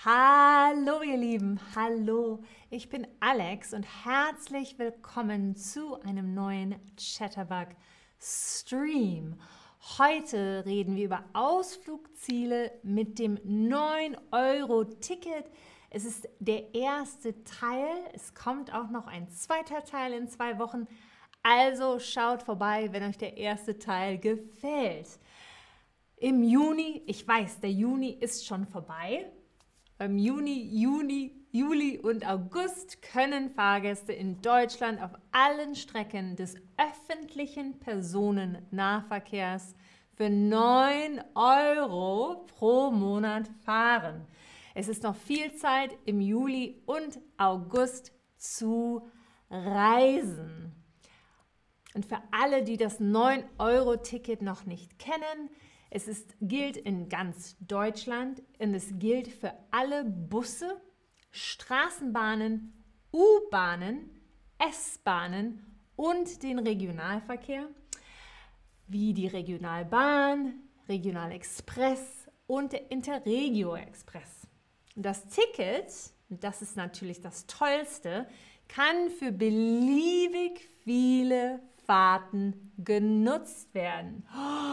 Hallo ihr Lieben, hallo, ich bin Alex und herzlich willkommen zu einem neuen Chatterbug Stream. Heute reden wir über Ausflugsziele mit dem 9-Euro-Ticket. Es ist der erste Teil, es kommt auch noch ein zweiter Teil in 2 Wochen, also schaut vorbei, wenn euch der erste Teil gefällt. Im Juni, ich weiß, der Juni ist schon vorbei. Im Juni, Juli und August können Fahrgäste in Deutschland auf allen Strecken des öffentlichen Personennahverkehrs für 9 Euro pro Monat fahren. Es ist noch viel Zeit, im Juli und August zu reisen. Und für alle, die das 9-Euro-Ticket noch nicht kennen, gilt in ganz Deutschland und es gilt für alle Busse, Straßenbahnen, U-Bahnen, S-Bahnen und den Regionalverkehr, wie die Regionalbahn, Regionalexpress und der Interregio-Express. Das Ticket, und das ist natürlich das Tollste, kann für beliebig viele Fahrten genutzt werden.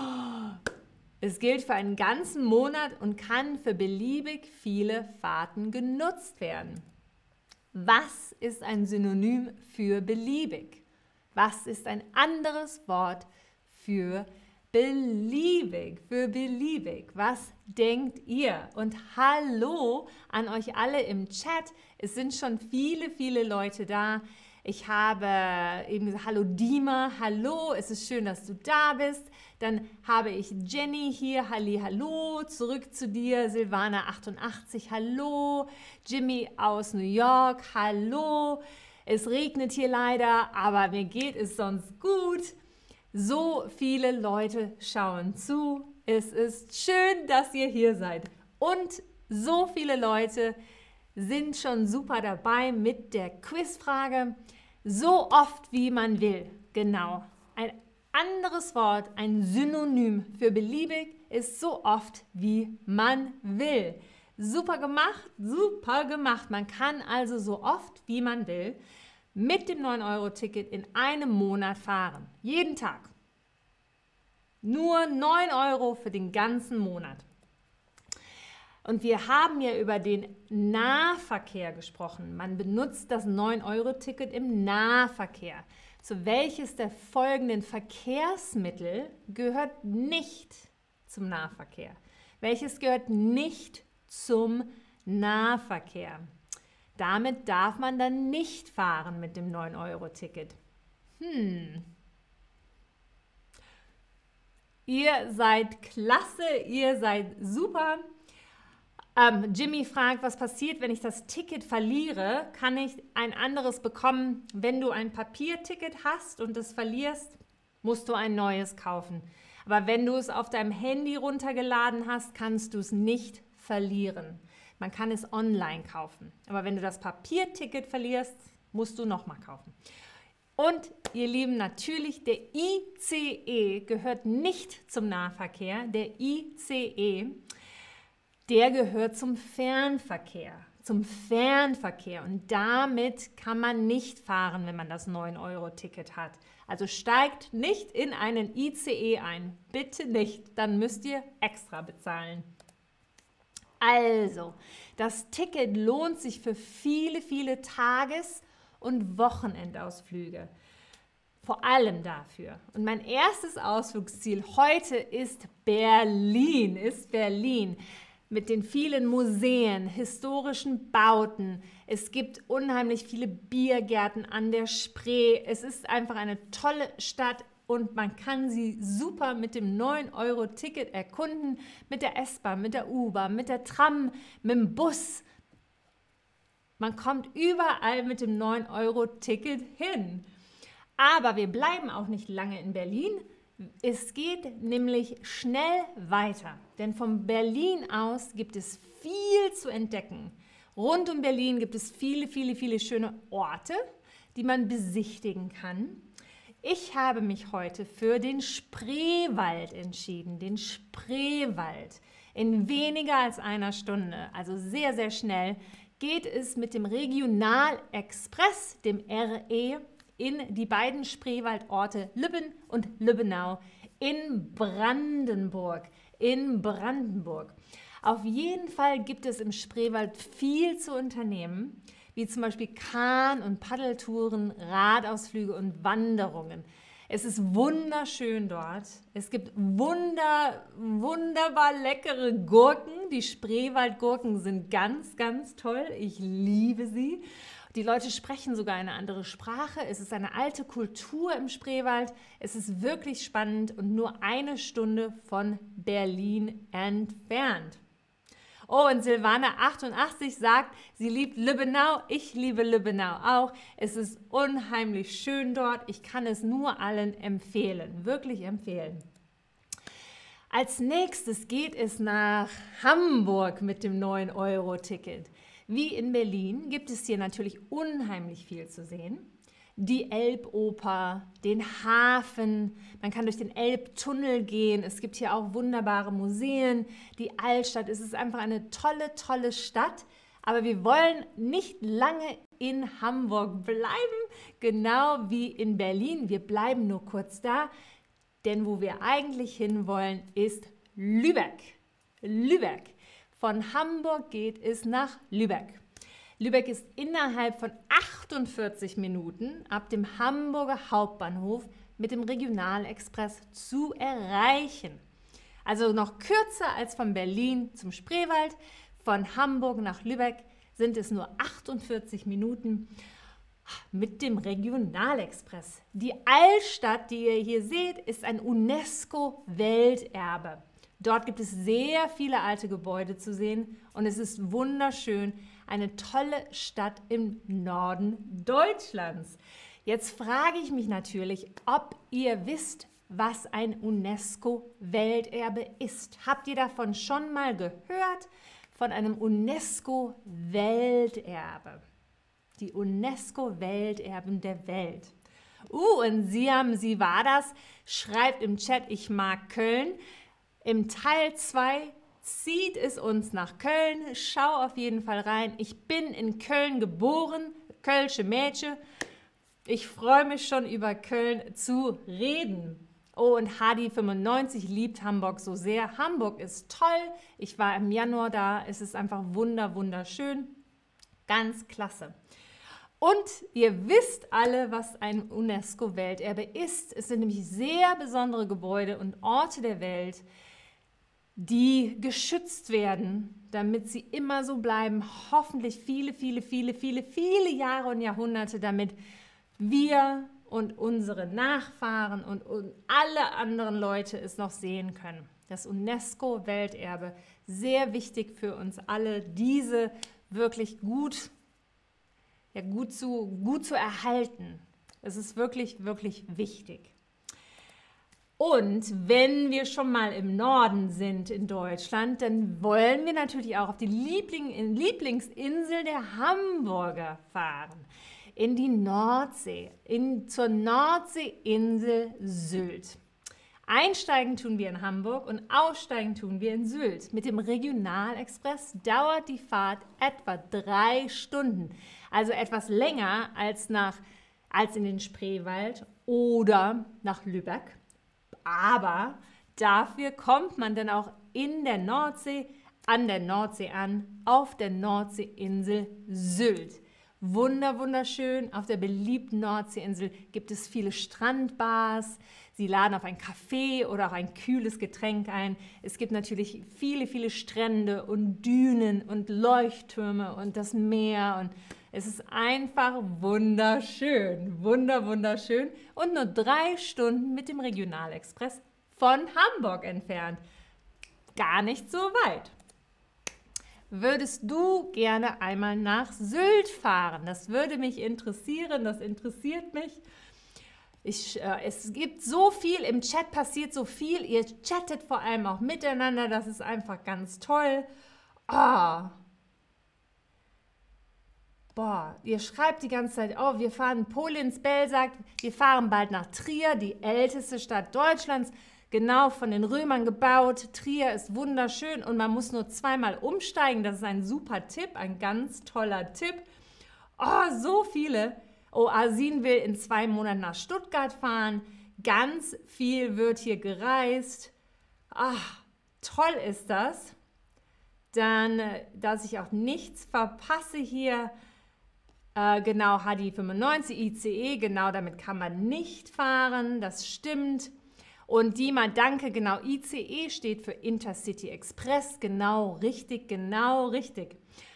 Es gilt für einen ganzen Monat und kann für beliebig viele Fahrten genutzt werden. Was ist ein Synonym für beliebig? Was ist ein anderes Wort für beliebig? Was denkt ihr? Und hallo an euch alle im Chat. Es sind schon viele Leute da. Ich habe eben gesagt, hallo Dima, hallo, es ist schön, dass du da bist. Dann habe ich Jenny hier, hallo, zurück zu dir, Silvana88, hallo, Jimmy aus New York, hallo. Es regnet hier leider, aber mir geht es sonst gut. So viele Leute schauen zu. Es ist schön, dass ihr hier seid. Und so viele Leute sind schon super dabei mit der Quizfrage. So oft wie man will. Genau. Ein anderes Wort, ein Synonym für beliebig ist so oft wie man will. Super gemacht, super gemacht. Man kann also so oft wie man will mit dem 9-Euro-Ticket in einem Monat fahren. Jeden Tag. Nur 9 Euro für den ganzen Monat. Und wir haben ja über den Nahverkehr gesprochen. Man benutzt das 9-Euro-Ticket im Nahverkehr. So, welches der folgenden Verkehrsmittel gehört nicht zum Nahverkehr? Welches gehört nicht zum Nahverkehr? Damit darf man dann nicht fahren mit dem 9-Euro-Ticket. Ihr seid klasse, ihr seid super. Jimmy fragt, was passiert, wenn ich das Ticket verliere? Kann ich ein anderes bekommen? Wenn du ein Papierticket hast und es verlierst, musst du ein neues kaufen. Aber wenn du es auf deinem Handy runtergeladen hast, kannst du es nicht verlieren. Man kann es online kaufen. Aber wenn du das Papierticket verlierst, musst du nochmal kaufen. Und ihr Lieben, natürlich, der ICE gehört nicht zum Nahverkehr. Der ICE, der gehört zum Fernverkehr. Und damit kann man nicht fahren, wenn man das 9-Euro-Ticket hat. Also steigt nicht in einen ICE ein. Bitte nicht. Dann müsst ihr extra bezahlen. Also, das Ticket lohnt sich für viele Tages- und Wochenendausflüge. Vor allem dafür. Und mein erstes Ausflugsziel heute ist Berlin. Mit den vielen Museen, historischen Bauten. Es gibt unheimlich viele Biergärten an der Spree. Es ist einfach eine tolle Stadt und man kann sie super mit dem 9-Euro-Ticket erkunden. Mit der S-Bahn, mit der U-Bahn, mit der Tram, mit dem Bus. Man kommt überall mit dem 9-Euro-Ticket hin. Aber wir bleiben auch nicht lange in Berlin. Es geht nämlich schnell weiter, denn von Berlin aus gibt es viel zu entdecken. Rund um Berlin gibt es viele schöne Orte, die man besichtigen kann. Ich habe mich heute für den Spreewald entschieden, den Spreewald. In weniger als einer Stunde, also sehr, sehr schnell, geht es mit dem Regionalexpress, dem RE, in die beiden Spreewaldorte Lübben und Lübbenau in Brandenburg. Auf jeden Fall gibt es im Spreewald viel zu unternehmen, wie zum Beispiel Kahn- und Paddeltouren, Radausflüge und Wanderungen. Es ist wunderschön dort. Es gibt wunderbar leckere Gurken. Die Spreewaldgurken sind ganz, ganz toll. Ich liebe sie. Die Leute sprechen sogar eine andere Sprache. Es ist eine alte Kultur im Spreewald. Es ist wirklich spannend und nur eine Stunde von Berlin entfernt. Oh, und Silvana88 sagt, sie liebt Lübbenau. Ich liebe Lübbenau auch. Es ist unheimlich schön dort. Ich kann es nur allen empfehlen, wirklich empfehlen. Als nächstes geht es nach Hamburg mit dem 9-Euro-Ticket. Wie in Berlin gibt es hier natürlich unheimlich viel zu sehen. Die Elboper, den Hafen, man kann durch den Elbtunnel gehen, es gibt hier auch wunderbare Museen, die Altstadt, es ist einfach eine tolle, tolle Stadt, aber wir wollen nicht lange in Hamburg bleiben, genau wie in Berlin, wir bleiben nur kurz da, denn wo wir eigentlich hinwollen, ist Lübeck. Von Hamburg geht es nach Lübeck. Lübeck ist innerhalb von 48 Minuten ab dem Hamburger Hauptbahnhof mit dem Regionalexpress zu erreichen. Also noch kürzer als von Berlin zum Spreewald. Von Hamburg nach Lübeck sind es nur 48 Minuten mit dem Regionalexpress. Die Altstadt, die ihr hier seht, ist ein UNESCO-Welterbe. Dort gibt es sehr viele alte Gebäude zu sehen und es ist wunderschön. Eine tolle Stadt im Norden Deutschlands. Jetzt frage ich mich natürlich, ob ihr wisst, was ein UNESCO-Welterbe ist. Habt ihr davon schon mal gehört? Von einem UNESCO-Welterbe. Die UNESCO-Welterben der Welt. Und Sie war das, schreibt im Chat, ich mag Köln. Im Teil 2 zieht es uns nach Köln. Schau auf jeden Fall rein. Ich bin in Köln geboren, Kölsche Mädchen. Ich freue mich schon über Köln zu reden. Oh, und Hadi95 liebt Hamburg so sehr. Hamburg ist toll. Ich war im Januar da. Es ist einfach wunderschön. Ganz klasse. Und ihr wisst alle, was ein UNESCO-Welterbe ist. Es sind nämlich sehr besondere Gebäude und Orte der Welt, die geschützt werden, damit sie immer so bleiben, hoffentlich viele Jahre und Jahrhunderte, damit wir und unsere Nachfahren und alle anderen Leute es noch sehen können. Das UNESCO-Welterbe, sehr wichtig für uns alle, diese wirklich gut zu erhalten. Es ist wirklich wichtig. Und wenn wir schon mal im Norden sind in Deutschland, dann wollen wir natürlich auch auf die Lieblingsinsel der Hamburger fahren. In die Nordsee, zur Nordseeinsel Sylt. Einsteigen tun wir in Hamburg und aussteigen tun wir in Sylt. Mit dem Regionalexpress dauert die Fahrt etwa 3 Stunden. Also etwas länger als in den Spreewald oder nach Lübeck. Aber dafür kommt man dann auch in der Nordsee, an der Nordsee an, auf der Nordseeinsel Sylt. Wunderschön, auf der beliebten Nordseeinsel gibt es viele Strandbars. Sie laden auf ein Café oder auch ein kühles Getränk ein. Es gibt natürlich viele Strände und Dünen und Leuchttürme und das Meer und es ist einfach wunderschön, wunderschön und nur 3 Stunden mit dem Regionalexpress von Hamburg entfernt. Gar nicht so weit. Würdest du gerne einmal nach Sylt fahren? Das würde mich interessieren, das interessiert mich. Es gibt so viel, im Chat passiert so viel, ihr chattet vor allem auch miteinander, das ist einfach ganz toll. Ihr schreibt die ganze Zeit, wir fahren, Polins Bell sagt, wir fahren bald nach Trier, die älteste Stadt Deutschlands. genau von den Römern gebaut. Trier ist wunderschön und man muss nur zweimal umsteigen. Das ist ein super Tipp, ein ganz toller Tipp. Oh, so viele. Oh, Asin will in 2 Monaten nach Stuttgart fahren. Ganz viel wird hier gereist. Ach, toll ist das. Dann, dass ich auch nichts verpasse hier. Genau, HDI 95, ICE, genau, damit kann man nicht fahren. Das stimmt. Und Dima, danke, genau, ICE steht für Intercity Express. Genau, richtig, genau, richtig.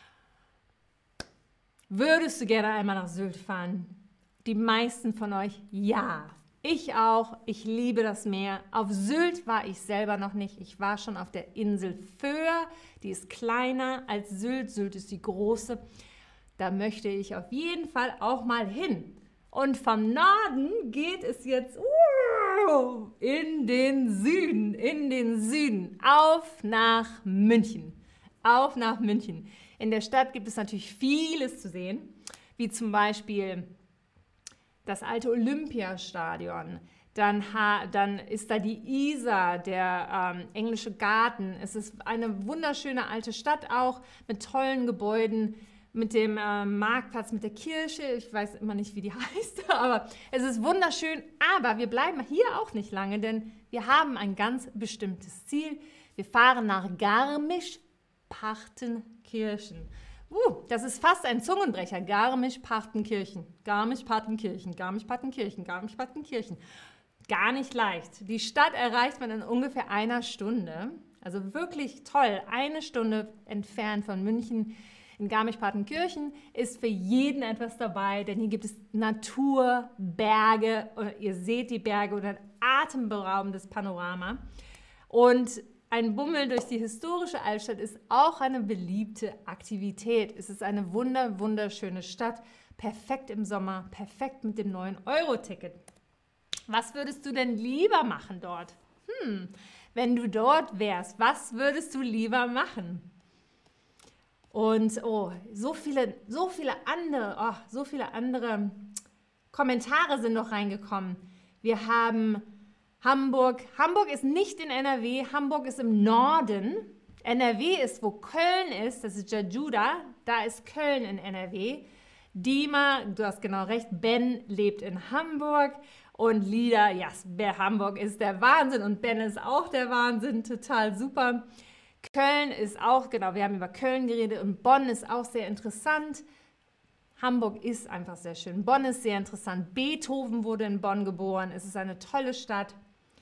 Würdest du gerne einmal nach Sylt fahren? Die meisten von euch, ja. Ich auch. Ich liebe das Meer. Auf Sylt war ich selber noch nicht. Ich war schon auf der Insel Föhr. Die ist kleiner als Sylt. Sylt ist die große. Da möchte ich auf jeden Fall auch mal hin. Und vom Norden geht es jetzt in den Süden, auf nach München. Auf nach München. In der Stadt gibt es natürlich vieles zu sehen, wie zum Beispiel das alte Olympiastadion. Dann ist da die Isar, der englische Garten. Es ist eine wunderschöne alte Stadt auch mit tollen Gebäuden, mit dem Marktplatz, mit der Kirche. Ich weiß immer nicht, wie die heißt, aber es ist wunderschön. Aber wir bleiben hier auch nicht lange, denn wir haben ein ganz bestimmtes Ziel. Wir fahren nach Garmisch-Partenkirchen. Das ist fast ein Zungenbrecher. Garmisch-Partenkirchen, Garmisch-Partenkirchen, Garmisch-Partenkirchen, Garmisch-Partenkirchen. Gar nicht leicht. Die Stadt erreicht man in ungefähr 1 Stunde. Also wirklich toll. 1 Stunde entfernt von München. In Garmisch-Partenkirchen ist für jeden etwas dabei, denn hier gibt es Natur, Berge. Ihr seht die Berge und ein atemberaubendes Panorama. Und ein Bummel durch die historische Altstadt ist auch eine beliebte Aktivität. Es ist eine wunderschöne Stadt, perfekt im Sommer, perfekt mit dem 9-Euro-Ticket. Was würdest du denn lieber machen dort? Wenn du dort wärst, was würdest du lieber machen? Und so viele andere Kommentare sind noch reingekommen. Wir haben Hamburg. Hamburg ist nicht in NRW, Hamburg ist im Norden. NRW ist, wo Köln ist, das ist Jajuda, da ist Köln in NRW. Dima, du hast genau recht, Ben lebt in Hamburg und Lida, ja, Hamburg ist der Wahnsinn und Ben ist auch der Wahnsinn, total super. Köln ist auch, genau, wir haben über Köln geredet und Bonn ist auch sehr interessant. Hamburg ist einfach sehr schön. Bonn ist sehr interessant. Beethoven wurde in Bonn geboren. Es ist eine tolle Stadt.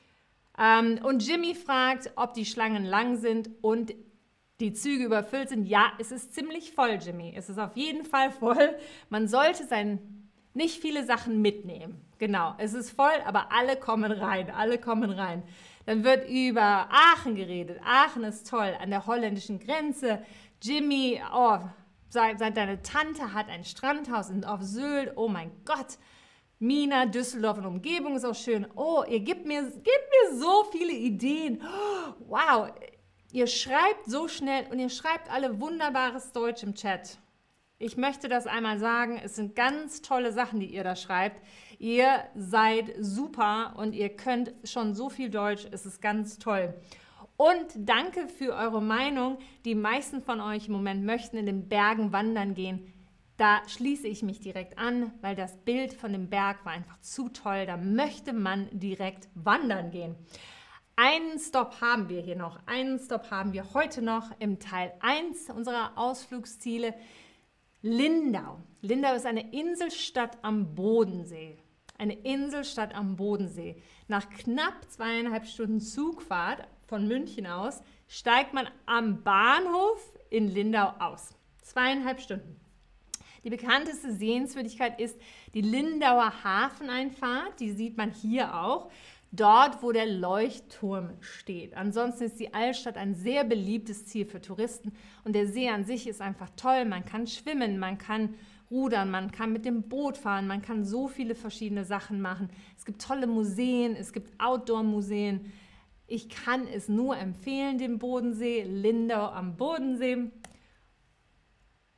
Und Jimmy fragt, ob die Schlangen lang sind und die Züge überfüllt sind. Ja, es ist ziemlich voll, Jimmy. Es ist auf jeden Fall voll. Man sollte nicht viele Sachen mitnehmen. Genau, es ist voll, aber alle kommen rein. Alle kommen rein. Dann wird über Aachen geredet. Aachen ist toll, an der holländischen Grenze. Jimmy, deine Tante hat ein Strandhaus auf Sylt. Oh mein Gott. Mina, Düsseldorf und Umgebung ist auch schön. Oh, ihr gebt mir so viele Ideen. Wow, ihr schreibt so schnell und ihr schreibt alle wunderbares Deutsch im Chat. Ich möchte das einmal sagen, es sind ganz tolle Sachen, die ihr da schreibt. Ihr seid super und ihr könnt schon so viel Deutsch, es ist ganz toll. Und danke für eure Meinung. Die meisten von euch im Moment möchten in den Bergen wandern gehen. Da schließe ich mich direkt an, weil das Bild von dem Berg war einfach zu toll. Da möchte man direkt wandern gehen. Einen Stopp haben wir hier noch. Einen Stopp haben wir heute noch im Teil 1 unserer Ausflugsziele. Lindau. Lindau ist eine Inselstadt am Bodensee. Eine Inselstadt am Bodensee. Nach knapp 2,5 Stunden Zugfahrt von München aus steigt man am Bahnhof in Lindau aus. 2,5 Stunden. Die bekannteste Sehenswürdigkeit ist die Lindauer Hafeneinfahrt. Die sieht man hier auch. Dort, wo der Leuchtturm steht. Ansonsten ist die Altstadt ein sehr beliebtes Ziel für Touristen und der See an sich ist einfach toll. Man kann schwimmen, man kann rudern, man kann mit dem Boot fahren, man kann so viele verschiedene Sachen machen. Es gibt tolle Museen, es gibt Outdoor-Museen. Ich kann es nur empfehlen, den Bodensee, Lindau am Bodensee.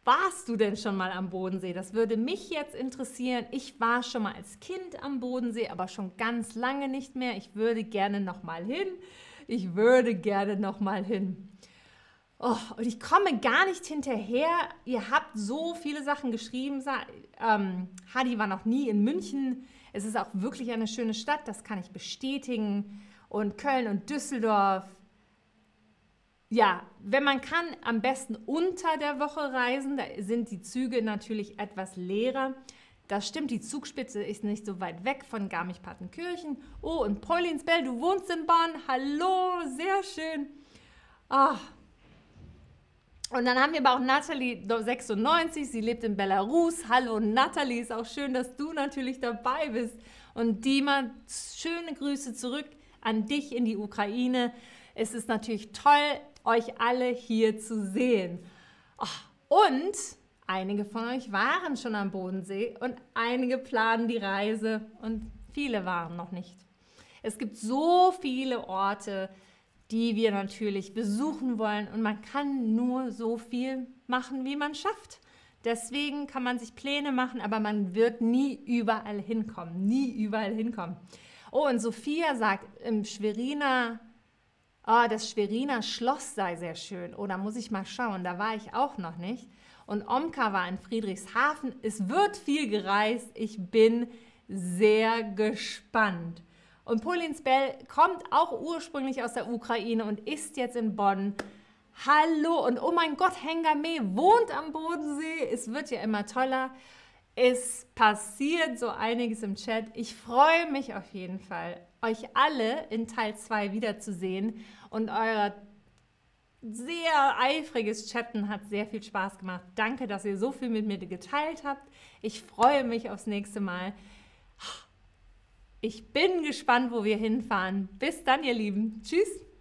warst du denn schon mal am Bodensee? Das würde mich jetzt interessieren. Ich war schon mal als Kind am Bodensee, aber schon ganz lange nicht mehr. Ich würde gerne noch mal hin. Ich würde gerne noch mal hin. Oh, und ich komme gar nicht hinterher. Ihr habt so viele Sachen geschrieben. Hadi war noch nie in München. Es ist auch wirklich eine schöne Stadt, das kann ich bestätigen. Und Köln und Düsseldorf. Ja, wenn man kann, am besten unter der Woche reisen. Da sind die Züge natürlich etwas leerer. Das stimmt, die Zugspitze ist nicht so weit weg von Garmisch-Partenkirchen. Oh, und Paulinsbell, du wohnst in Bonn. Hallo, sehr schön. Ah. Und dann haben wir aber auch Nathalie 96, sie lebt in Belarus. Hallo Nathalie, ist auch schön, dass du natürlich dabei bist. Und Dima, schöne Grüße zurück an dich in die Ukraine. Es ist natürlich toll, euch alle hier zu sehen. Und einige von euch waren schon am Bodensee und einige planen die Reise und viele waren noch nicht. Es gibt so viele Orte, die wir natürlich besuchen wollen und man kann nur so viel machen, wie man schafft. Deswegen kann man sich Pläne machen, aber man wird nie überall hinkommen. Nie überall hinkommen. Oh, und Sophia sagt, das Schweriner Schloss sei sehr schön. Oh, da muss ich mal schauen, da war ich auch noch nicht. Und Omka war in Friedrichshafen. Es wird viel gereist. Ich bin sehr gespannt. Und Paulinsbell kommt auch ursprünglich aus der Ukraine und ist jetzt in Bonn. Hallo und oh mein Gott, Hengame wohnt am Bodensee. Es wird ja immer toller. Es passiert so einiges im Chat. Ich freue mich auf jeden Fall, euch alle in Teil 2 wiederzusehen. Und euer sehr eifriges Chatten hat sehr viel Spaß gemacht. Danke, dass ihr so viel mit mir geteilt habt. Ich freue mich aufs nächste Mal. Ich bin gespannt, wo wir hinfahren. Bis dann, ihr Lieben. Tschüss.